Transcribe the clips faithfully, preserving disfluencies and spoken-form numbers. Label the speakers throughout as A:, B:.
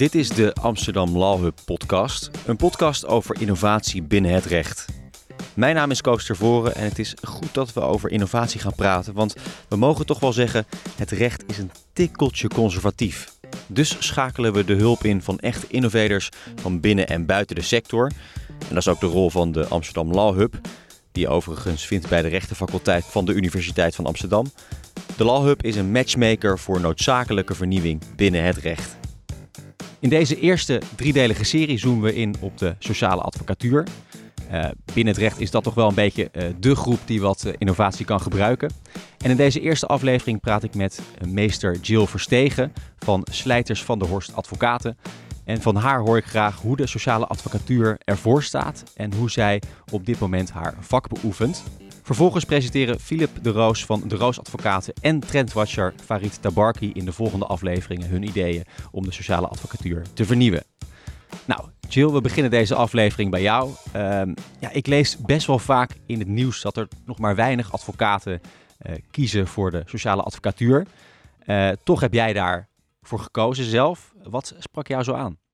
A: Dit is de Amsterdam Law Hub podcast, een podcast over innovatie binnen het recht. Mijn naam is Koos Tervoren en het is goed dat we over innovatie gaan praten, want we mogen toch wel zeggen, het recht is een tikkeltje conservatief. Dus schakelen we de hulp in van echte innovators van binnen en buiten de sector. En dat is ook de rol van de Amsterdam Law Hub, die je overigens vindt bij de rechtenfaculteit van de Universiteit van Amsterdam. De Law Hub is een matchmaker voor noodzakelijke vernieuwing binnen het recht. In deze eerste driedelige serie zoomen we in op de sociale advocatuur. Uh, binnen het recht is dat toch wel een beetje uh, de groep die wat uh, innovatie kan gebruiken. En in deze eerste aflevering praat ik met uh, meester Jill Verstegen van Slijters van der Horst Advocaten. En van haar hoor ik graag hoe de sociale advocatuur ervoor staat en hoe zij op dit moment haar vak beoefent. Vervolgens presenteren Philip de Roos van de Roos Advocaten en trendwatcher Farid Tabarki in de volgende afleveringen hun ideeën om de sociale advocatuur te vernieuwen. Nou, Jill, we beginnen deze aflevering bij jou. Uh, ja, ik lees best wel vaak in het nieuws dat er nog maar weinig advocaten uh, kiezen voor de sociale advocatuur. Uh, toch heb jij daarvoor gekozen zelf. Wat sprak jou zo aan?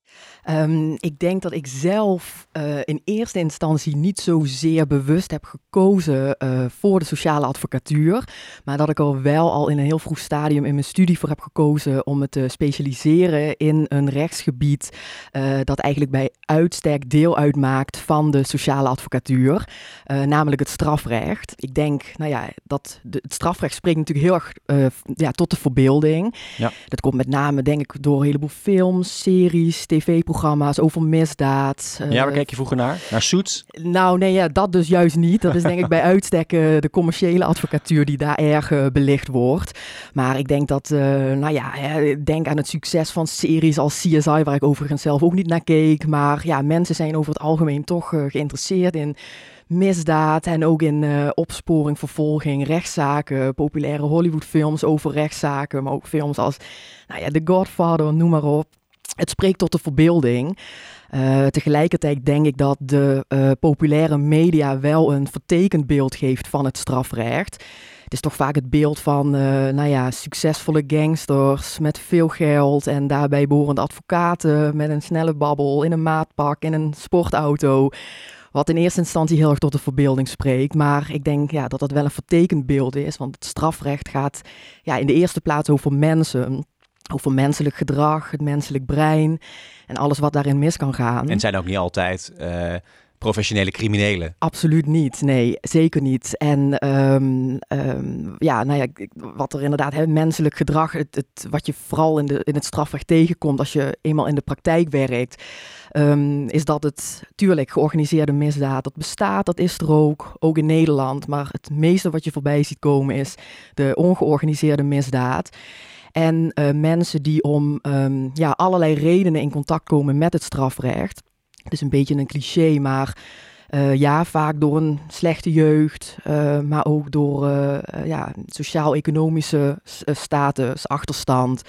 B: Um, ik denk dat ik zelf uh, in eerste instantie niet zozeer bewust heb gekozen uh, voor de sociale advocatuur. Maar dat ik er wel al in een heel vroeg stadium in mijn studie voor heb gekozen om me te specialiseren in een rechtsgebied uh, dat eigenlijk bij uitstek deel uitmaakt van de sociale advocatuur. Uh, namelijk het strafrecht. Ik denk, nou ja, dat de, het strafrecht spreekt natuurlijk heel erg uh, ja, tot de verbeelding. Ja. Dat komt met name, denk ik, door een heleboel films, series, tv-programma's over misdaad.
A: Ja, waar kijk je vroeger naar? Naar Suits?
B: Nou, nee, ja, dat dus juist niet. Dat is denk ik bij uitstek uh, de commerciële advocatuur die daar erg uh, belicht wordt. Maar ik denk dat, uh, nou ja, hè, denk aan het succes van series als C S I, waar ik overigens zelf ook niet naar keek. Maar ja, mensen zijn over het algemeen toch uh, geïnteresseerd in misdaad en ook in uh, opsporing, vervolging, rechtszaken, populaire Hollywoodfilms over rechtszaken, maar ook films als, nou ja, The Godfather, noem maar op. Het spreekt tot de verbeelding. Uh, tegelijkertijd denk ik dat de uh, populaire media wel een vertekend beeld geeft van het strafrecht. Het is toch vaak het beeld van uh, nou ja, succesvolle gangsters met veel geld en daarbij behorende advocaten met een snelle babbel in een maatpak, in een sportauto. Wat in eerste instantie heel erg tot de verbeelding spreekt. Maar ik denk ja, dat dat wel een vertekend beeld is. Want het strafrecht gaat ja, in de eerste plaats over mensen. Over menselijk gedrag, het menselijk brein en alles wat daarin mis kan gaan.
A: En zijn ook niet altijd uh, professionele criminelen?
B: Absoluut niet, nee, zeker niet. En um, um, ja, nou ja, wat er inderdaad, hè, menselijk gedrag, het, het, wat je vooral in, de, in het strafrecht tegenkomt als je eenmaal in de praktijk werkt, um, is dat het, tuurlijk, georganiseerde misdaad, dat bestaat, dat is er ook, ook in Nederland. Maar het meeste wat je voorbij ziet komen is de ongeorganiseerde misdaad. En uh, mensen die om um, ja, allerlei redenen in contact komen met het strafrecht. Het is een beetje een cliché, maar uh, ja, vaak door een slechte jeugd, uh, maar ook door uh, uh, ja, sociaal-economische status, achterstand,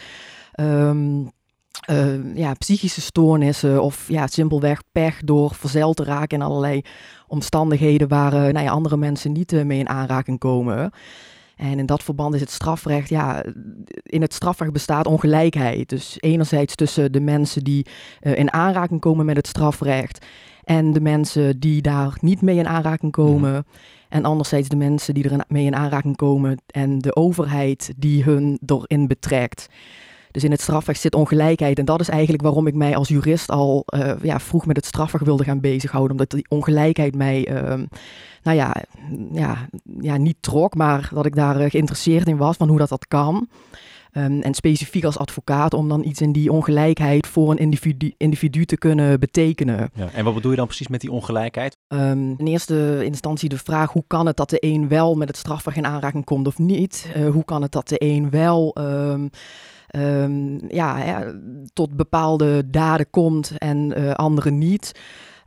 B: um, uh, ja, psychische stoornissen of ja, simpelweg pech door verzeild te raken in allerlei omstandigheden waar uh, nou ja, andere mensen niet uh, mee in aanraking komen. En in dat verband is het strafrecht, ja, in het strafrecht bestaat ongelijkheid. Dus enerzijds tussen de mensen die uh, in aanraking komen met het strafrecht en de mensen die daar niet mee in aanraking komen. Mm. En anderzijds de mensen die er mee in aanraking komen en de overheid die hun erin betrekt. Dus in het strafrecht zit ongelijkheid en dat is eigenlijk waarom ik mij als jurist al uh, ja, vroeg met het strafrecht wilde gaan bezighouden. Omdat die ongelijkheid mij, uh, nou ja, ja, ja, niet trok, maar dat ik daar uh, geïnteresseerd in was van hoe dat dat kan. Um, en specifiek als advocaat om dan iets in die ongelijkheid voor een individu, individu te kunnen betekenen.
A: Ja, en wat bedoel je dan precies met die ongelijkheid?
B: Um, in eerste instantie de vraag, hoe kan het dat de een wel met het strafrecht in aanraking komt of niet? Uh, hoe kan het dat de een wel Um, Um, ja, ja, tot bepaalde daden komt en uh, anderen niet.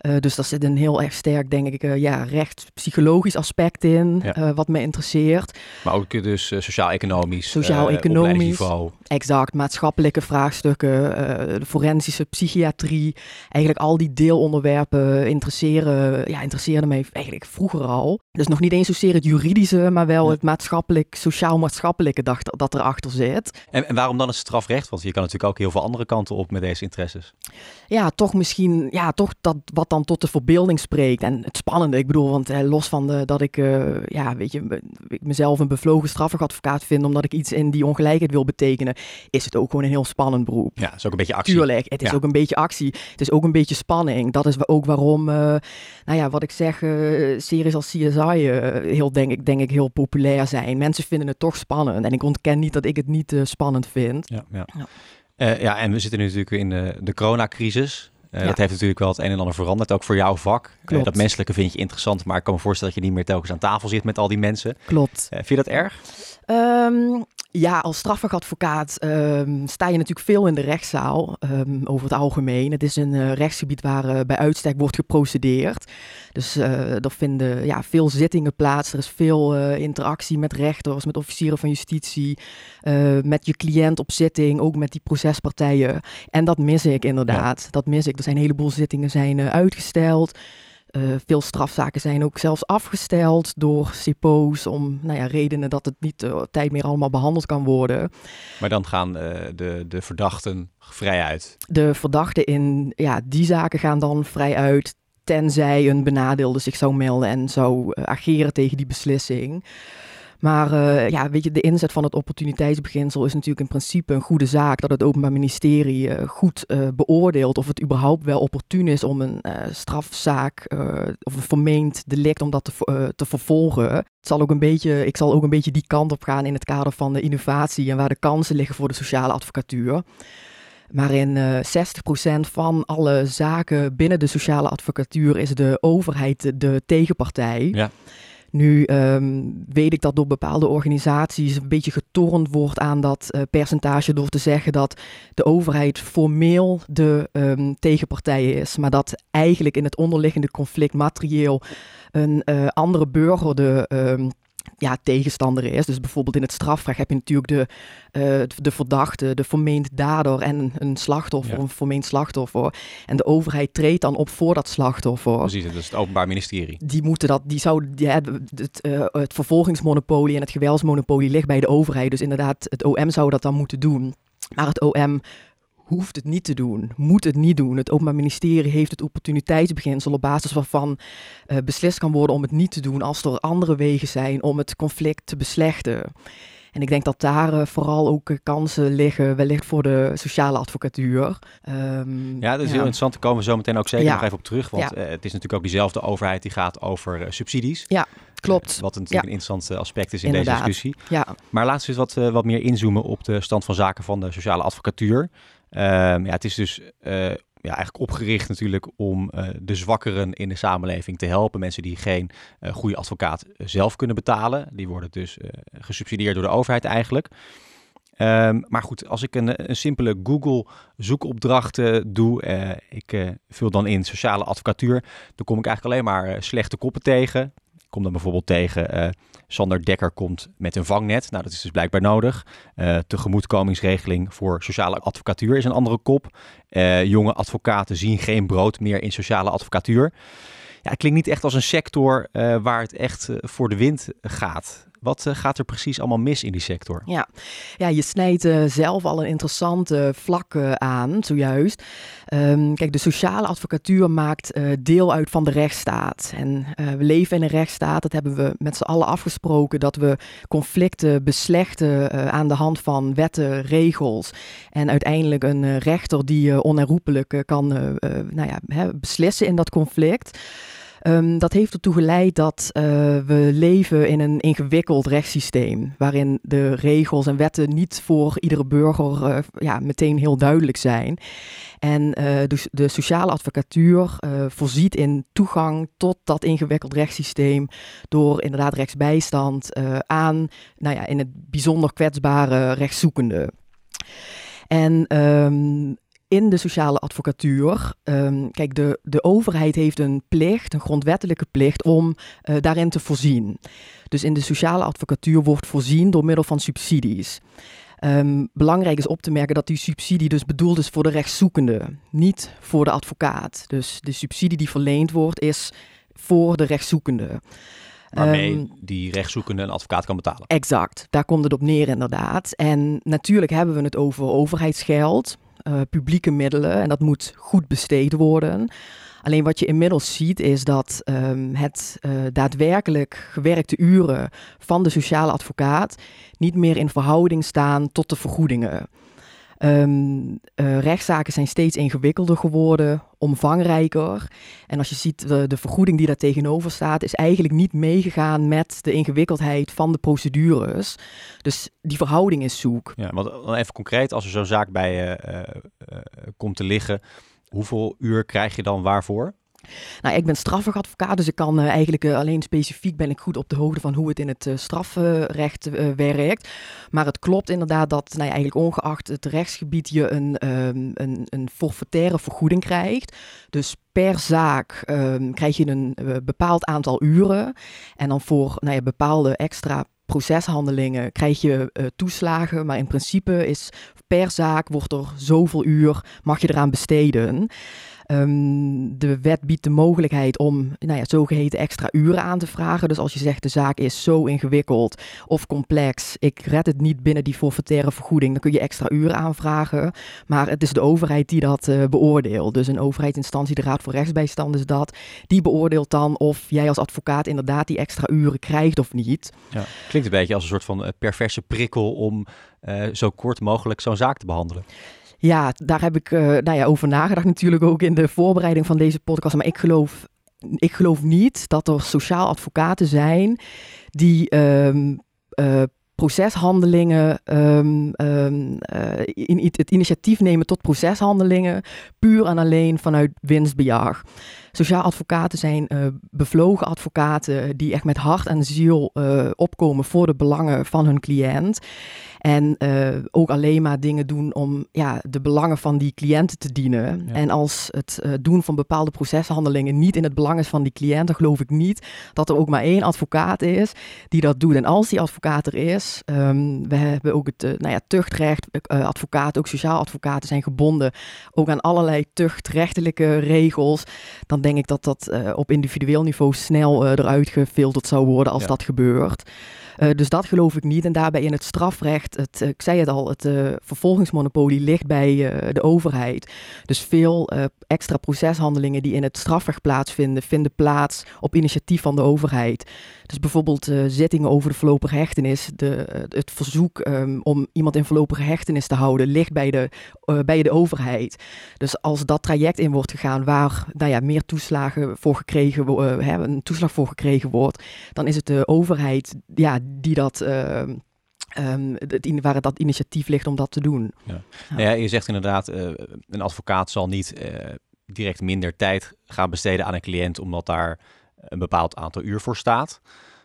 B: Uh, dus daar zit een heel erg sterk, denk ik, uh, ja, rechtspsychologisch aspect in, ja. uh, wat me interesseert.
A: Maar ook dus uh, sociaal-economisch,
B: Sociaal-economisch,
A: uh,
B: exact, maatschappelijke vraagstukken, uh, de forensische psychiatrie. Eigenlijk al die deelonderwerpen interesseren, ja, interesseerden mij eigenlijk vroeger al. Dus nog niet eens zozeer het juridische, maar wel ja. het maatschappelijk, sociaal-maatschappelijke dat, dat erachter zit.
A: En, en waarom dan het strafrecht? Want je kan natuurlijk ook heel veel andere kanten op met deze interesses.
B: Ja, toch misschien, ja, toch dat wat dan tot de verbeelding spreekt. En het spannende, ik bedoel, want eh, los van de, dat ik, uh, ja, weet je, ik mezelf een bevlogen strafrechtadvocaat vind, omdat ik iets in die ongelijkheid wil betekenen, is het ook gewoon een heel spannend beroep.
A: Ja, het is ook een beetje actie.
B: Tuurlijk, het is ja. ook een beetje actie. Het is ook een beetje spanning. Dat is ook waarom, uh, nou ja, wat ik zeg, uh, series als C S I uh, heel, denk ik, denk ik, heel populair zijn. Mensen vinden het toch spannend. En ik ontken niet dat ik het niet uh, spannend vind.
A: Ja, ja. Ja. Uh, ja, en we zitten nu natuurlijk in de, de coronacrisis. Uh, ja. Dat heeft natuurlijk wel het een en ander veranderd, ook voor jouw vak. Uh, dat menselijke vind je interessant, maar ik kan me voorstellen dat je niet meer telkens aan tafel zit met al die mensen.
B: Klopt.
A: Uh, vind je dat erg?
B: Um, ja, als strafrechtadvocaat um, sta je natuurlijk veel in de rechtszaal um, over het algemeen. Het is een uh, rechtsgebied waar uh, bij uitstek wordt geprocedeerd. Dus uh, er vinden ja, veel zittingen plaats. Er is veel uh, interactie met rechters, met officieren van justitie, uh, met je cliënt op zitting, ook met die procespartijen. En dat mis ik inderdaad. Ja. Dat mis ik. Er zijn een heleboel zittingen zijn uh, uitgesteld. Uh, veel strafzaken zijn ook zelfs afgesteld door C P O's om nou ja, redenen dat het niet uh, tijd meer allemaal behandeld kan worden.
A: Maar dan gaan uh, de, de verdachten vrij uit?
B: De verdachten in ja, die zaken gaan dan vrij uit, tenzij een benadeelde zich zou melden en zou uh, ageren tegen die beslissing. Maar uh, ja, weet je, de inzet van het opportuniteitsbeginsel is natuurlijk in principe een goede zaak. Dat het Openbaar Ministerie uh, goed uh, beoordeelt of het überhaupt wel opportun is om een uh, strafzaak uh, of een vermeend delict om dat te, uh, te vervolgen. Het zal ook een beetje, ik zal ook een beetje die kant op gaan in het kader van de innovatie en waar de kansen liggen voor de sociale advocatuur. Maar in uh, zestig procent van alle zaken binnen de sociale advocatuur is de overheid de, de tegenpartij.
A: Ja.
B: Nu um, weet ik dat door bepaalde organisaties een beetje getornd wordt aan dat uh, percentage door te zeggen dat de overheid formeel de um, tegenpartij is, maar dat eigenlijk in het onderliggende conflict materieel een uh, andere burger de um, ja, tegenstander is. Dus bijvoorbeeld in het strafrecht heb je natuurlijk de, uh, de verdachte, de vermeend dader en een slachtoffer, ja. een vermeend slachtoffer. En de overheid treedt dan op voor dat slachtoffer.
A: Precies, dat is het Openbaar Ministerie.
B: Die moeten dat, die zou, ja, het, uh, het vervolgingsmonopolie en het geweldsmonopolie ligt bij de overheid. Dus inderdaad, het O M zou dat dan moeten doen. Maar het O M hoeft het niet te doen, moet het niet doen. Het Openbaar Ministerie heeft het opportuniteitsbeginsel op basis waarvan uh, beslist kan worden om het niet te doen als er andere wegen zijn om het conflict te beslechten. En ik denk dat daar uh, vooral ook uh, kansen liggen, wellicht voor de sociale advocatuur. Um,
A: ja, dat is ja. heel interessant. Daar komen we zo meteen ook zeker ja. nog even op terug. Want ja. uh, het is natuurlijk ook diezelfde overheid die gaat over uh, subsidies.
B: Ja, klopt.
A: Uh, wat natuurlijk ja. een interessant aspect is in
B: Inderdaad.
A: deze discussie.
B: Ja.
A: Maar laten we eens wat, uh, wat meer inzoomen op de stand van zaken van de sociale advocatuur. Um, ja, het is dus uh, ja, eigenlijk opgericht natuurlijk om uh, de zwakkeren in de samenleving te helpen. Mensen die geen uh, goede advocaat uh, zelf kunnen betalen. Die worden dus uh, gesubsidieerd door de overheid eigenlijk. Um, maar goed, als ik een, een simpele Google zoekopdracht uh, doe, uh, ik uh, vul dan in sociale advocatuur, dan kom ik eigenlijk alleen maar uh, slechte koppen tegen. Ik kom dan bijvoorbeeld tegen uh, Sander Dekker komt met een vangnet. Nou, dat is dus blijkbaar nodig. Uh, tegemoetkomingsregeling voor sociale advocatuur is een andere kop. Uh, jonge advocaten zien geen brood meer in sociale advocatuur. Ja, het klinkt niet echt als een sector uh, waar het echt uh, voor de wind gaat. Wat uh, gaat er precies allemaal mis in die sector?
B: Ja, ja je snijdt uh, zelf al een interessante vlak uh, aan, zojuist. Um, kijk, de sociale advocatuur maakt uh, deel uit van de rechtsstaat. En uh, we leven in een rechtsstaat, dat hebben we met z'n allen afgesproken, dat we conflicten beslechten uh, aan de hand van wetten, regels. En uiteindelijk een uh, rechter die uh, onherroepelijk uh, kan uh, uh, nou ja, hè, beslissen in dat conflict. Um, dat heeft ertoe geleid dat uh, we leven in een ingewikkeld rechtssysteem, waarin de regels en wetten niet voor iedere burger uh, ja, meteen heel duidelijk zijn. En uh, de, de sociale advocatuur uh, voorziet in toegang tot dat ingewikkeld rechtssysteem door inderdaad rechtsbijstand uh, aan, nou ja, in het bijzonder kwetsbare rechtszoekenden. En um, in de sociale advocatuur, um, kijk, de, de overheid heeft een plicht, een grondwettelijke plicht om uh, daarin te voorzien. Dus in de sociale advocatuur wordt voorzien door middel van subsidies. Um, belangrijk is op te merken dat die subsidie dus bedoeld is voor de rechtszoekende, niet voor de advocaat. Dus de subsidie die verleend wordt is voor de rechtszoekende.
A: Waarmee
B: um,
A: die rechtszoekende een advocaat kan betalen.
B: Exact, daar komt het op neer inderdaad. En natuurlijk hebben we het over overheidsgeld, uh, publieke middelen en dat moet goed besteed worden. Alleen wat je inmiddels ziet is dat um, het uh, daadwerkelijk gewerkte uren van de sociale advocaat niet meer in verhouding staan tot de vergoedingen. Um, uh, rechtszaken zijn steeds ingewikkelder geworden, omvangrijker. En als je ziet, de, de vergoeding die daar tegenover staat, is eigenlijk niet meegegaan met de ingewikkeldheid van de procedures. Dus die verhouding is zoek.
A: Ja, want dan even concreet, als er zo'n zaak bij je uh, uh, komt te liggen, hoeveel uur krijg je dan waarvoor?
B: Nou, ik ben strafrechtadvocaat, dus ik kan uh, eigenlijk uh, alleen specifiek ben ik goed op de hoogte van hoe het in het uh, strafrecht uh, werkt. Maar het klopt inderdaad dat nou ja, eigenlijk ongeacht het rechtsgebied je een, um, een, een forfaitaire vergoeding krijgt. Dus per zaak um, krijg je een uh, bepaald aantal uren en dan voor nou ja, bepaalde extra proceshandelingen krijg je uh, toeslagen, maar in principe is per zaak wordt er zoveel uur mag je eraan besteden. Um, de wet biedt de mogelijkheid om nou ja, zogeheten extra uren aan te vragen. Dus als je zegt de zaak is zo ingewikkeld of complex, ik red het niet binnen die forfaitaire vergoeding, dan kun je extra uren aanvragen. Maar het is de overheid die dat uh, beoordeelt. Dus een overheidsinstantie, de Raad voor Rechtsbijstand is dat, die beoordeelt dan of jij als advocaat inderdaad die extra uren krijgt of niet.
A: Ja, klinkt een beetje als een soort van uh, perverse prikkel om uh, zo kort mogelijk zo'n zaak te behandelen.
B: Ja, daar heb ik uh, nou ja, over nagedacht natuurlijk ook in de voorbereiding van deze podcast. Maar ik geloof, ik geloof niet dat er sociaal advocaten zijn die um, uh, proceshandelingen, um, um, uh, in, het initiatief nemen tot proceshandelingen puur en alleen vanuit winstbejag. Sociaal advocaten zijn uh, bevlogen advocaten die echt met hart en ziel uh, opkomen voor de belangen van hun cliënt. En uh, ook alleen maar dingen doen om ja, de belangen van die cliënten te dienen. Ja. En als het uh, doen van bepaalde proceshandelingen niet in het belang is van die cliënt, dan geloof ik niet dat er ook maar één advocaat is die dat doet. En als die advocaat er is, um, we hebben ook het uh, nou ja, tuchtrecht, uh, advocaten, ook sociaal advocaten zijn gebonden ook aan allerlei tuchtrechtelijke regels. Dan denk ik dat dat uh, op individueel niveau snel uh, eruit gefilterd zou worden als ja. dat gebeurt. Uh, dus dat geloof ik niet. En daarbij in het strafrecht, het, uh, ik zei het al, het uh, vervolgingsmonopolie ligt bij uh, de overheid. Dus veel uh, extra proceshandelingen die in het strafrecht plaatsvinden, vinden plaats op initiatief van de overheid. Dus bijvoorbeeld uh, zittingen over de voorlopige hechtenis. De, uh, het verzoek um, om iemand in voorlopige hechtenis te houden ligt bij de, uh, bij de overheid. Dus als dat traject in wordt gegaan waar nou ja, meer toeslagen voor gekregen, uh, hè, een toeslag voor gekregen wordt, dan is het de overheid ja, die dat, uh, um, het, waar het dat initiatief ligt om dat te doen.
A: Ja. Ja. Ja, je zegt inderdaad, uh, een advocaat zal niet uh, direct minder tijd gaan besteden aan een cliënt omdat daar een bepaald aantal uur voor staat.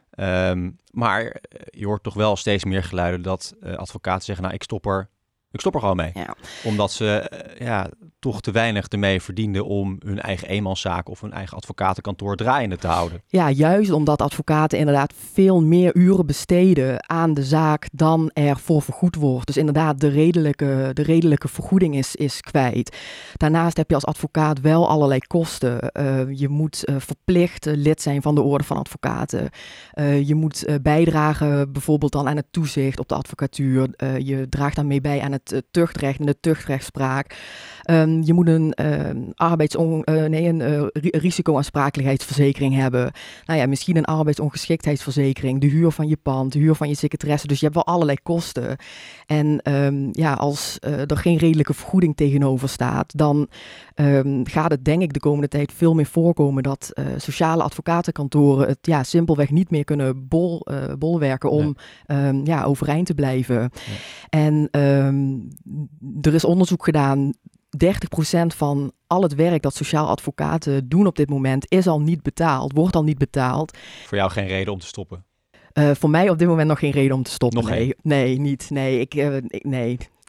A: Um, maar je hoort toch wel steeds meer geluiden dat uh, advocaten zeggen, nou ik stop er, ik stop er gewoon mee. Ja. Omdat ze uh, ja, toch te weinig ermee verdienden om hun eigen eenmanszaak of hun eigen advocatenkantoor draaiende te houden.
B: Ja, juist omdat advocaten inderdaad veel meer uren besteden aan de zaak dan er voor vergoed wordt. Dus inderdaad, de redelijke, de redelijke vergoeding is, is kwijt. Daarnaast heb je als advocaat wel allerlei kosten. Uh, je moet uh, verplicht lid zijn van de orde van advocaten. Uh, je moet uh, bijdragen bijvoorbeeld dan aan het toezicht op de advocatuur. Uh, je draagt daarmee bij aan het uh, tuchtrecht en de tuchtrechtspraak. Um, je moet een, uh, arbeidson, uh, nee, een uh, risicoaansprakelijkheidsverzekering hebben. Nou ja, misschien een arbeidsongeschiktheidsverzekering, de huur van je pand, de huur van je secretaresse. Dus je hebt wel allerlei kosten. En um, ja, als uh, er geen redelijke vergoeding tegenover staat, dan um, gaat het denk ik de komende tijd veel meer voorkomen dat uh, sociale advocatenkantoren het ja, simpelweg niet meer kunnen bol, uh, bolwerken om nee. um, ja, overeind te blijven. Ja. En um, er is onderzoek gedaan. dertig procent van al het werk dat sociaal advocaten doen op dit moment is al niet betaald, wordt al niet betaald.
A: Voor jou geen reden om te stoppen?
B: Uh, voor mij op dit moment nog geen reden om te stoppen.
A: Nog
B: nee,
A: geen?
B: nee, niet. Nee, ik, uh, ik, nee.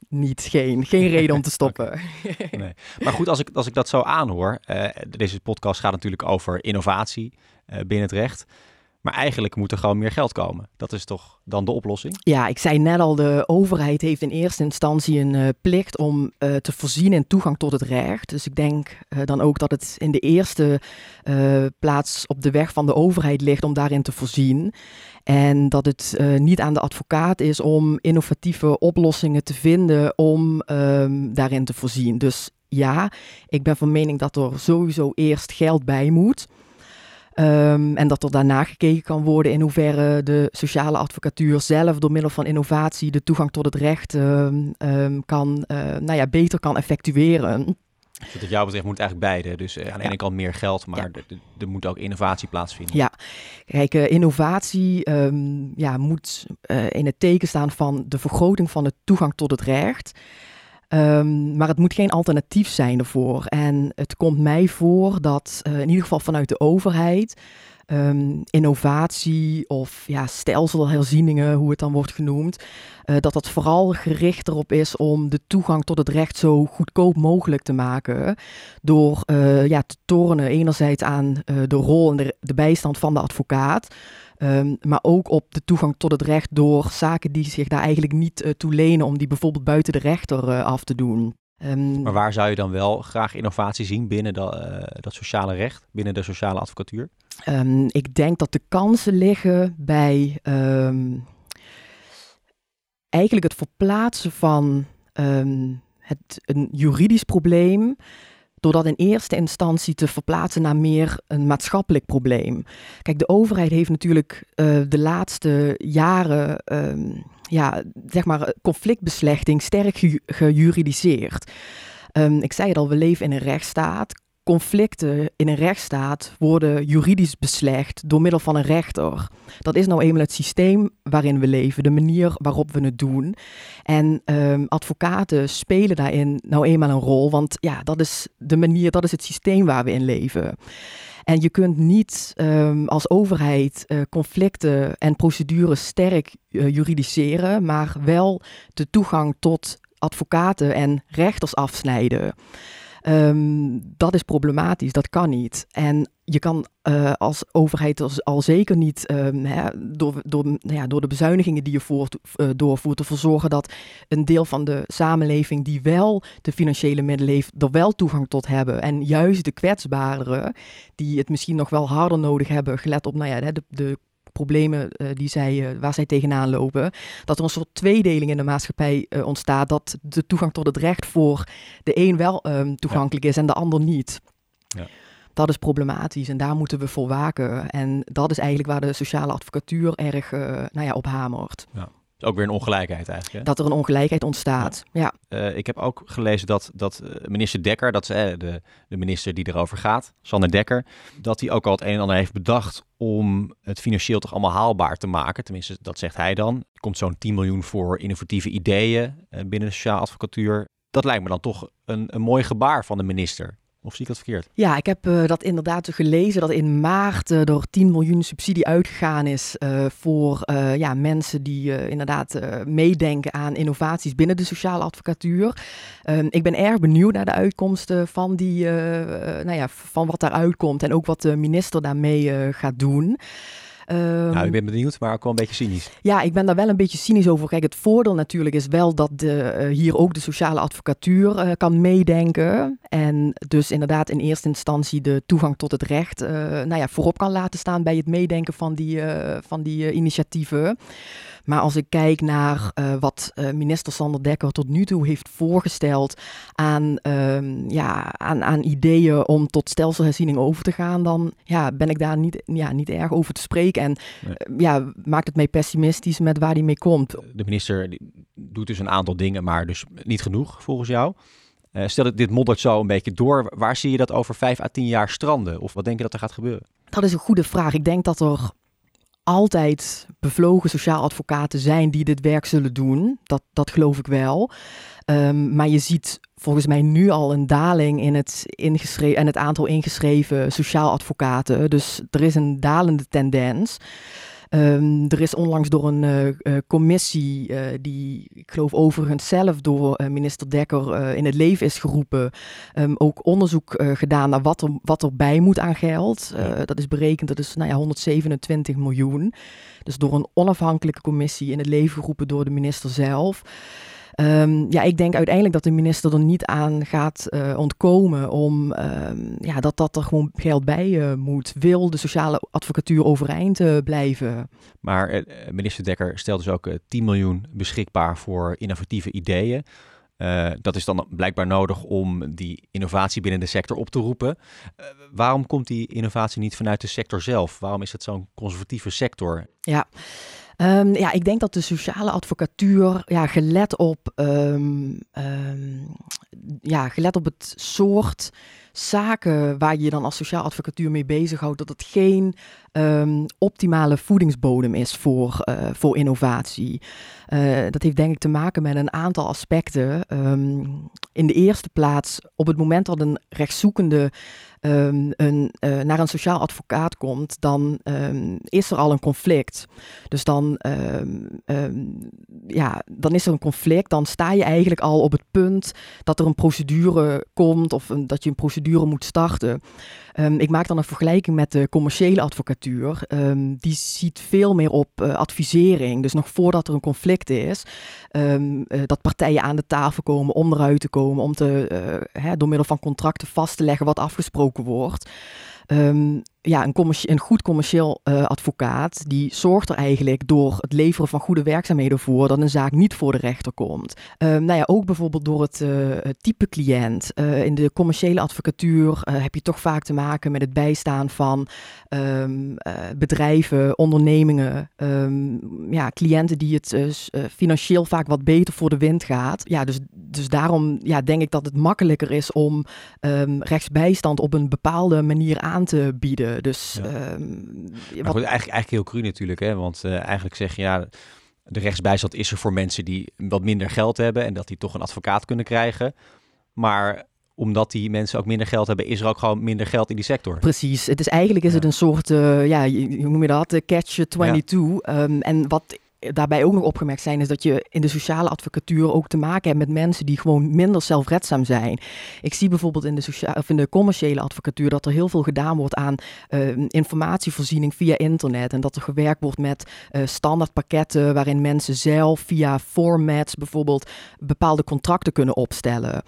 B: niet. Geen, geen reden om te stoppen.
A: Okay. Nee. Maar goed, als ik, als ik dat zo aanhoor, uh, deze podcast gaat natuurlijk over innovatie uh, binnen het recht. Maar eigenlijk moet er gewoon meer geld komen. Dat is toch dan de oplossing?
B: Ja, ik zei net al, de overheid heeft in eerste instantie een uh, plicht om uh, te voorzien in toegang tot het recht. Dus ik denk uh, dan ook dat het in de eerste uh, plaats op de weg van de overheid ligt om daarin te voorzien. En dat het uh, niet aan de advocaat is om innovatieve oplossingen te vinden om um, daarin te voorzien. Dus ja, ik ben van mening dat er sowieso eerst geld bij moet. Um, en dat er daarna gekeken kan worden in hoeverre de sociale advocatuur zelf door middel van innovatie de toegang tot het recht um, um, kan, uh, nou ja, beter kan effectueren.
A: Dus wat jou betreft moet eigenlijk beide. Dus uh, aan de ja. ene kant meer geld, maar ja. er moet ook innovatie plaatsvinden.
B: Ja, kijk, uh, innovatie um, ja, moet uh, in het teken staan van de vergroting van de toegang tot het recht. Um, maar het moet geen alternatief zijn ervoor. En het komt mij voor dat uh, in ieder geval vanuit de overheid um, innovatie of ja, stelselherzieningen, hoe het dan wordt genoemd, uh, dat dat vooral gericht erop is om de toegang tot het recht zo goedkoop mogelijk te maken. Door uh, ja, te tornen enerzijds aan uh, de rol en de, de bijstand van de advocaat. Um, maar ook op de toegang tot het recht door zaken die zich daar eigenlijk niet uh, toe lenen om die bijvoorbeeld buiten de rechter uh, af te doen.
A: Um, maar waar zou je dan wel graag innovatie zien binnen dat, uh, dat sociale recht, binnen de sociale advocatuur?
B: Um, ik denk dat de kansen liggen bij um, eigenlijk het verplaatsen van um, het, een juridisch probleem, door dat in eerste instantie te verplaatsen naar meer een maatschappelijk probleem. Kijk, de overheid heeft natuurlijk uh, de laatste jaren um, ja, zeg maar conflictbeslechting sterk ge- gejuridiseerd. Um, ik zei het al, we leven in een rechtsstaat. Conflicten in een rechtsstaat worden juridisch beslecht door middel van een rechter. Dat is nou eenmaal het systeem waarin we leven, de manier waarop we het doen. En um, advocaten spelen daarin nou eenmaal een rol, want ja, dat is de manier, dat is het systeem waar we in leven. En je kunt niet um, als overheid uh, conflicten en procedures sterk uh, juridiseren, maar wel de toegang tot advocaten en rechters afsnijden. Um, dat is problematisch, dat kan niet. En je kan uh, als overheid als, al zeker niet um, hè, door, door, nou ja, door de bezuinigingen die je voort, uh, doorvoert ervoor zorgen dat een deel van de samenleving die wel de financiële middelen heeft, er wel toegang tot hebben. En juist de kwetsbaren, die het misschien nog wel harder nodig hebben, gelet op nou ja, de, de problemen uh, die zij, uh, waar zij tegenaan lopen, dat er een soort tweedeling in de maatschappij uh, ontstaat, dat de toegang tot het recht voor de een wel um, toegankelijk ja. is en de ander niet. Ja. Dat is problematisch en daar moeten we voor waken. En dat is eigenlijk waar de sociale advocatuur erg uh, nou ja, op hamert.
A: Ja. Ook weer een ongelijkheid eigenlijk. Hè?
B: Dat er een ongelijkheid ontstaat, ja.
A: ja. Uh, ik heb ook gelezen dat, dat uh, minister Dekker, dat is uh, de, de minister die erover gaat, Sander Dekker, dat hij ook al het een en ander heeft bedacht om het financieel toch allemaal haalbaar te maken. Tenminste, dat zegt hij dan. Er komt zo'n tien miljoen voor innovatieve ideeën uh, binnen de sociale advocatuur. Dat lijkt me dan toch een, een mooi gebaar van de minister. Of zie ik dat verkeerd?
B: Ja, ik heb uh, dat inderdaad gelezen dat in maart uh, er tien miljoen subsidie uitgegaan is uh, voor uh, ja, mensen die uh, inderdaad uh, meedenken aan innovaties binnen de sociale advocatuur. Um, ik ben erg benieuwd naar de uitkomsten van, die, uh, uh, nou ja, van wat daaruit komt en ook wat de minister daarmee uh, gaat doen.
A: Um, nou, ik ben benieuwd, maar ook wel een beetje cynisch.
B: Ja, ik ben daar wel een beetje cynisch over. Kijk, het voordeel natuurlijk is wel dat de, uh, hier ook de sociale advocatuur uh, kan meedenken. En dus inderdaad in eerste instantie de toegang tot het recht uh, nou ja, voorop kan laten staan bij het meedenken van die, uh, van die uh, initiatieven. Maar als ik kijk naar uh, wat uh, minister Sander Dekker tot nu toe heeft voorgesteld aan, uh, ja, aan, aan ideeën om tot stelselherziening over te gaan, dan ja, ben ik daar niet, ja, niet erg over te spreken. En nee. uh, ja, maakt het mij pessimistisch met waar hij mee komt.
A: De minister doet dus een aantal dingen, maar dus niet genoeg volgens jou. Uh, stel dat dit moddert zo een beetje door. Waar zie je dat over vijf à tien jaar stranden? Of wat denk je dat er gaat gebeuren?
B: Dat is een goede vraag. Ik denk dat er altijd bevlogen sociaal advocaten zijn die dit werk zullen doen. Dat, dat geloof ik wel. Um, maar je ziet volgens mij nu al een daling in het, ingeschreven, en het aantal ingeschreven sociaal advocaten. Dus er is een dalende tendens. Um, er is onlangs door een uh, uh, commissie, uh, die ik geloof overigens zelf door uh, minister Dekker uh, in het leven is geroepen, um, ook onderzoek uh, gedaan naar wat er, wat er bij moet aan geld. Uh, dat is berekend, dat is nou ja, honderdzevenentwintig miljoen. Dus door een onafhankelijke commissie in het leven geroepen door de minister zelf. Um, ja, ik denk uiteindelijk dat de minister er niet aan gaat uh, ontkomen om um, ja, dat, dat er gewoon geld bij uh, moet. Wil de sociale advocatuur overeind uh, blijven.
A: Maar uh, minister Dekker stelt dus ook uh, tien miljoen beschikbaar voor innovatieve ideeën. Uh, dat is dan blijkbaar nodig om die innovatie binnen de sector op te roepen. Uh, waarom komt die innovatie niet vanuit de sector zelf? Waarom is het zo'n conservatieve sector?
B: Ja. Um, ja, ik denk dat de sociale advocatuur, ja, gelet op, um, um, ja, gelet op het soort zaken waar je je dan als sociaal advocatuur mee bezighoudt, dat het geen um, optimale voedingsbodem is voor, uh, voor innovatie. Uh, dat heeft denk ik te maken met een aantal aspecten. Um, in de eerste plaats, op het moment dat een rechtszoekende Um, een, uh, naar een sociaal advocaat komt, dan um, is er al een conflict. Dus dan, um, um, ja, dan is er een conflict. Dan sta je eigenlijk al op het punt dat er een procedure komt of een, dat je een procedure moet starten. Um, ik maak dan een vergelijking met de commerciële advocatuur. Um, die ziet veel meer op uh, advisering. Dus nog voordat er een conflict is, um, uh, dat partijen aan de tafel komen om eruit te komen, om te, uh, hè, door middel van contracten vast te leggen wat afgesproken wordt. Um, ja, een, commercie- een goed commercieel uh, advocaat, die zorgt er eigenlijk door het leveren van goede werkzaamheden voor dat een zaak niet voor de rechter komt. Um, nou ja, ook bijvoorbeeld door het, uh, het type cliënt. Uh, in de commerciële advocatuur uh, heb je toch vaak te maken met het bijstaan van um, uh, bedrijven, ondernemingen, um, ja, cliënten die het uh, financieel vaak wat beter voor de wind gaat. Ja, dus, dus daarom ja, denk ik dat het makkelijker is om um, rechtsbijstand op een bepaalde manier aan te bieden. Dus,
A: ja.
B: um,
A: wat...
B: wat...
A: goed, eigenlijk, eigenlijk heel cru natuurlijk, hè? Want uh, eigenlijk zeg je ja, de rechtsbijstand is er voor mensen die wat minder geld hebben en dat die toch een advocaat kunnen krijgen. Maar omdat die mensen ook minder geld hebben, is er ook gewoon minder geld in die sector.
B: Precies. Het is eigenlijk is ja. het een soort, uh, ja, hoe noem je dat, uh, catch twenty-two. Ja. Um, en wat daarbij ook nog opgemerkt zijn, is dat je in de sociale advocatuur ook te maken hebt met mensen die gewoon minder zelfredzaam zijn. Ik zie bijvoorbeeld in de, socia- of in de commerciële advocatuur dat er heel veel gedaan wordt aan uh, informatievoorziening via internet. En dat er gewerkt wordt met uh, standaardpakketten waarin mensen zelf via formats bijvoorbeeld bepaalde contracten kunnen opstellen.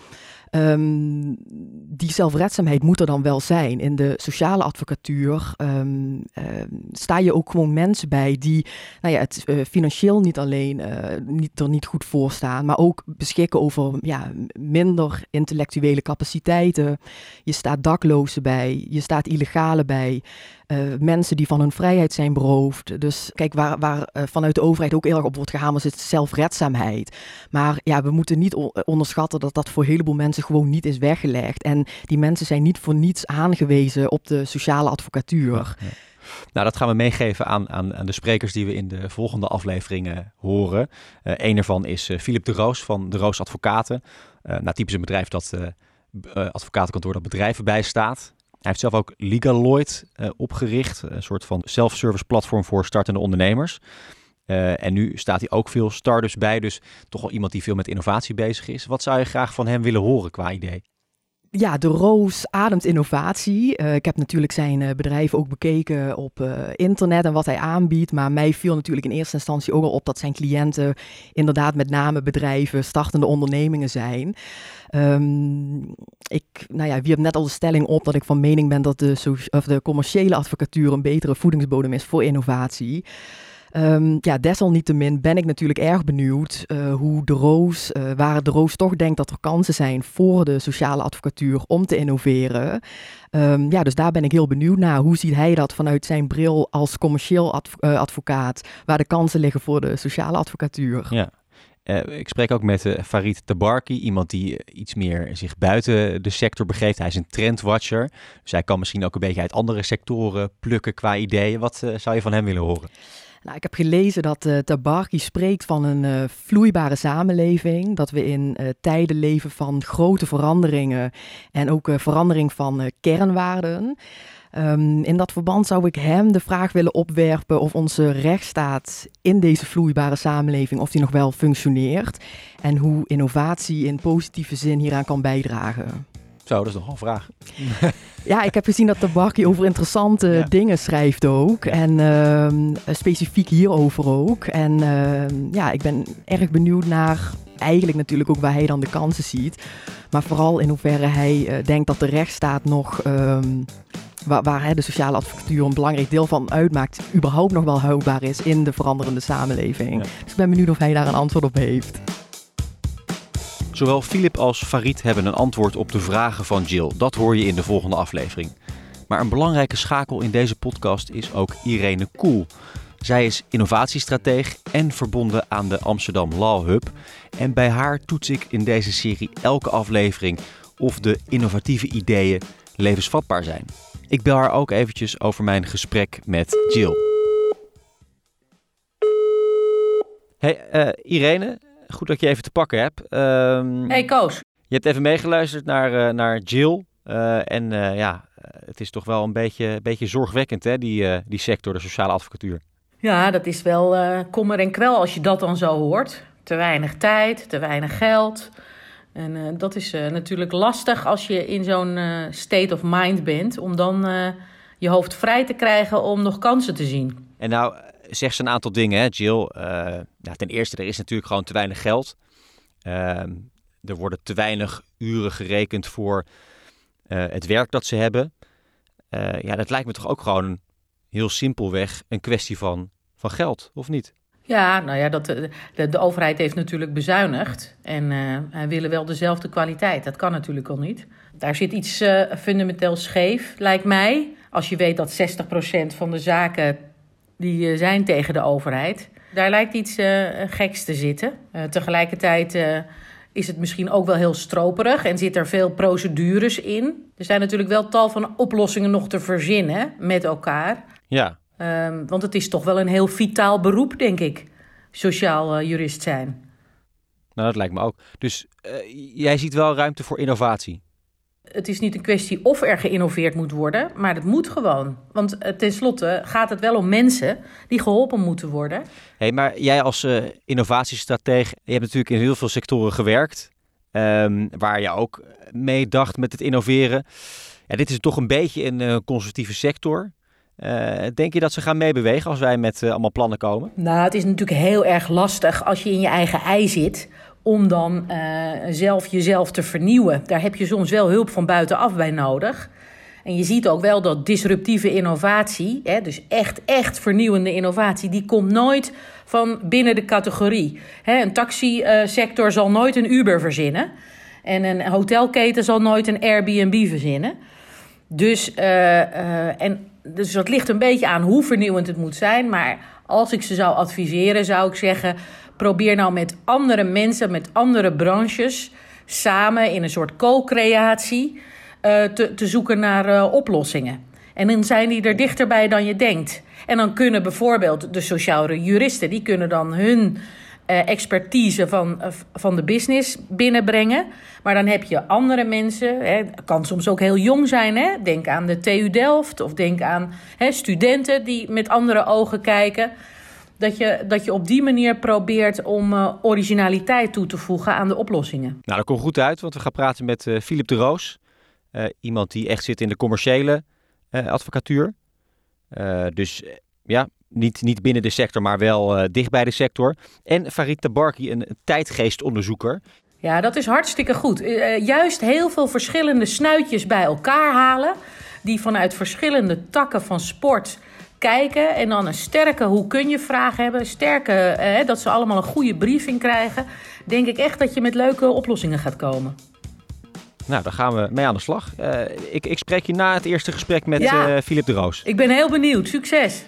B: Um, die zelfredzaamheid moet er dan wel zijn. In de sociale advocatuur um, uh, sta je ook gewoon mensen bij die nou ja, het uh, financieel niet alleen uh, niet, er niet goed voor staan, maar ook beschikken over ja, minder intellectuele capaciteiten. Je staat daklozen bij, je staat illegalen bij. Uh, mensen die van hun vrijheid zijn beroofd. Dus kijk, waar, waar uh, vanuit de overheid ook heel erg op wordt gehamerd, is zelfredzaamheid. Maar ja, we moeten niet o- onderschatten dat dat voor een heleboel mensen gewoon niet is weggelegd. En die mensen zijn niet voor niets aangewezen op de sociale advocatuur. Ja, ja.
A: Nou, dat gaan we meegeven aan, aan, aan de sprekers die we in de volgende afleveringen horen. Uh, een ervan is uh, Philip de Roos van de Roos Advocaten. Uh, nou, typisch een bedrijf dat uh, uh, advocatenkantoor dat bedrijven bijstaat. Hij heeft zelf ook Legaloid uh, opgericht, een soort van self-service platform voor startende ondernemers. Uh, en nu staat hij ook veel startups bij, dus toch wel iemand die veel met innovatie bezig is. Wat zou je graag van hem willen horen qua idee?
B: Ja, de Roos ademt innovatie. Uh, ik heb natuurlijk zijn uh, bedrijf ook bekeken op uh, internet en wat hij aanbiedt. Maar mij viel natuurlijk in eerste instantie ook al op dat zijn cliënten inderdaad met name bedrijven, startende ondernemingen zijn. Um, ik nou ja, wierp net al de stelling op dat ik van mening ben dat de, so- of de commerciële advocatuur een betere voedingsbodem is voor innovatie. Um, ja, desalniettemin ben ik natuurlijk erg benieuwd uh, hoe de Roos, uh, waar de Roos toch denkt dat er kansen zijn voor de sociale advocatuur om te innoveren. Um, ja, dus daar ben ik heel benieuwd naar. Hoe ziet hij dat vanuit zijn bril als commercieel adv- uh, advocaat, waar de kansen liggen voor de sociale advocatuur?
A: Ja. Uh, ik spreek ook met uh, Farid Tabarki, iemand die uh, iets meer zich buiten de sector begeeft. Hij is een trendwatcher, dus hij kan misschien ook een beetje uit andere sectoren plukken qua ideeën. Wat uh, zou je van hem willen horen?
B: Nou, ik heb gelezen dat uh, Tabarki spreekt van een uh, vloeibare samenleving. Dat we in uh, tijden leven van grote veranderingen en ook uh, verandering van uh, kernwaarden. Um, in dat verband zou ik hem de vraag willen opwerpen of onze rechtsstaat in deze vloeibare samenleving, of die nog wel functioneert en hoe innovatie in positieve zin hieraan kan bijdragen.
A: Zo, dat is nogal een vraag.
B: Ja, ik heb gezien dat Tabarky over interessante ja. dingen schrijft ook. En uh, specifiek hierover ook. En uh, ja, ik ben erg benieuwd naar eigenlijk natuurlijk ook waar hij dan de kansen ziet. Maar vooral in hoeverre hij uh, denkt dat de rechtsstaat nog, um, waar, waar hè, de sociale advocatuur een belangrijk deel van uitmaakt, überhaupt nog wel houdbaar is in de veranderende samenleving. Ja. Dus ik ben benieuwd of hij daar een antwoord op heeft.
A: Zowel Philip als Farid hebben een antwoord op de vragen van Jill. Dat hoor je in de volgende aflevering. Maar een belangrijke schakel in deze podcast is ook Irene Koel. Zij is innovatiestrateeg en verbonden aan de Amsterdam Law Hub. En bij haar toets ik in deze serie elke aflevering of de innovatieve ideeën levensvatbaar zijn. Ik bel haar ook eventjes over mijn gesprek met Jill. Hey uh, Irene, goed dat je even te pakken hebt. Um,
C: hey Koos.
A: Je hebt even meegeluisterd naar, uh, naar Jill. Uh, en uh, ja, het is toch wel een beetje, beetje zorgwekkend, hè, die, uh, die sector, de sociale advocatuur.
C: Ja, dat is wel uh, kommer en kwel als je dat dan zo hoort. Te weinig tijd, te weinig geld. En uh, dat is uh, natuurlijk lastig als je in zo'n uh, state of mind bent, om dan uh, je hoofd vrij te krijgen om nog kansen te zien.
A: En nou zegt ze een aantal dingen, hè, Jill. Uh, nou, ten eerste, er is natuurlijk gewoon te weinig geld. Uh, er worden te weinig uren gerekend voor uh, het werk dat ze hebben. Uh, ja, dat lijkt me toch ook gewoon heel simpelweg een kwestie van, van geld, of niet?
C: Ja, nou ja, dat, de, de overheid heeft natuurlijk bezuinigd en uh, willen wel dezelfde kwaliteit. Dat kan natuurlijk al niet. Daar zit iets uh, fundamenteel scheef, lijkt mij. Als je weet dat zestig procent van de zaken die uh, zijn tegen de overheid. Daar lijkt iets uh, geks te zitten. Uh, tegelijkertijd uh, is het misschien ook wel heel stroperig en zit er veel procedures in. Er zijn natuurlijk wel tal van oplossingen nog te verzinnen met elkaar.
A: Ja.
C: Um, want het is toch wel een heel vitaal beroep, denk ik, sociaal uh, jurist zijn.
A: Nou, dat lijkt me ook. Dus uh, jij ziet wel ruimte voor innovatie?
C: Het is niet een kwestie of er geïnnoveerd moet worden, maar het moet gewoon. Want uh, tenslotte gaat het wel om mensen die geholpen moeten worden.
A: Hey, maar jij als uh, innovatiestrateeg, je hebt natuurlijk in heel veel sectoren gewerkt, um, waar je ook mee dacht met het innoveren. Ja, dit is toch een beetje een uh, conservatieve sector. Uh, denk je dat ze gaan meebewegen als wij met uh, allemaal plannen komen?
C: Nou, het is natuurlijk heel erg lastig als je in je eigen ei zit om dan uh, zelf jezelf te vernieuwen. Daar heb je soms wel hulp van buitenaf bij nodig. En je ziet ook wel dat disruptieve innovatie, hè, dus echt, echt vernieuwende innovatie, die komt nooit van binnen de categorie. Hè, een taxisector uh, zal nooit een Uber verzinnen. En een hotelketen zal nooit een Airbnb verzinnen. Dus, uh, uh, en, dus dat ligt een beetje aan hoe vernieuwend het moet zijn. Maar als ik ze zou adviseren, zou ik zeggen, probeer nou met andere mensen, met andere branches, samen in een soort co-creatie uh, te, te zoeken naar uh, oplossingen. En dan zijn die er dichterbij dan je denkt. En dan kunnen bijvoorbeeld de sociale juristen, die kunnen dan hun uh, expertise van, uh, van de business binnenbrengen. Maar dan heb je andere mensen, hè, kan soms ook heel jong zijn. Hè? Denk aan de T U Delft of denk aan hè, studenten die met andere ogen kijken. Dat je, dat je op die manier probeert om uh, originaliteit toe te voegen aan de oplossingen.
A: Nou, dat komt goed uit, want we gaan praten met uh, Philip de Roos. Uh, iemand die echt zit in de commerciële uh, advocatuur. Uh, dus uh, ja, niet, niet binnen de sector, maar wel uh, dicht bij de sector. En Farid Tabarky, een tijdgeestonderzoeker.
C: Ja, dat is hartstikke goed. Uh, juist heel veel verschillende snuitjes bij elkaar halen, die vanuit verschillende takken van sport kijken en dan een sterke hoe kun je vraag hebben, sterke eh, dat ze allemaal een goede briefing krijgen, denk ik echt dat je met leuke oplossingen gaat komen.
A: Nou, daar gaan we mee aan de slag. Uh, ik, ik spreek je na het eerste gesprek met
C: ja,
A: uh, Philip de Roos.
C: Ik ben heel benieuwd. Succes!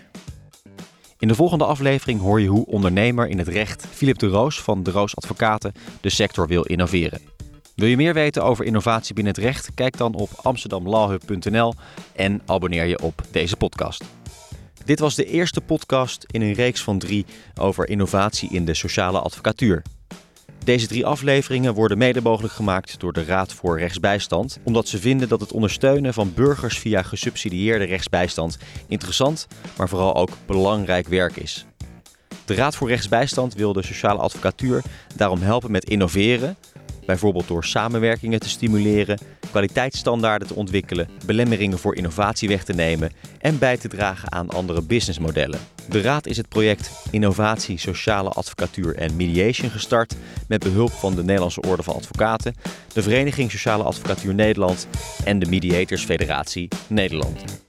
A: In de volgende aflevering hoor je hoe ondernemer in het recht Philip de Roos van de Roos Advocaten de sector wil innoveren. Wil je meer weten over innovatie binnen het recht? Kijk dan op amsterdam law hub punt n l en abonneer je op deze podcast. Dit was de eerste podcast in een reeks van drie over innovatie in de sociale advocatuur. Deze drie afleveringen worden mede mogelijk gemaakt door de Raad voor Rechtsbijstand, omdat ze vinden dat het ondersteunen van burgers via gesubsidieerde rechtsbijstand interessant, maar vooral ook belangrijk werk is. De Raad voor Rechtsbijstand wil de sociale advocatuur daarom helpen met innoveren, bijvoorbeeld door samenwerkingen te stimuleren, kwaliteitsstandaarden te ontwikkelen, belemmeringen voor innovatie weg te nemen en bij te dragen aan andere businessmodellen. De Raad is het project Innovatie, Sociale Advocatuur en Mediation gestart met behulp van de Nederlandse Orde van Advocaten, de Vereniging Sociale Advocatuur Nederland en de Mediators Federatie Nederland.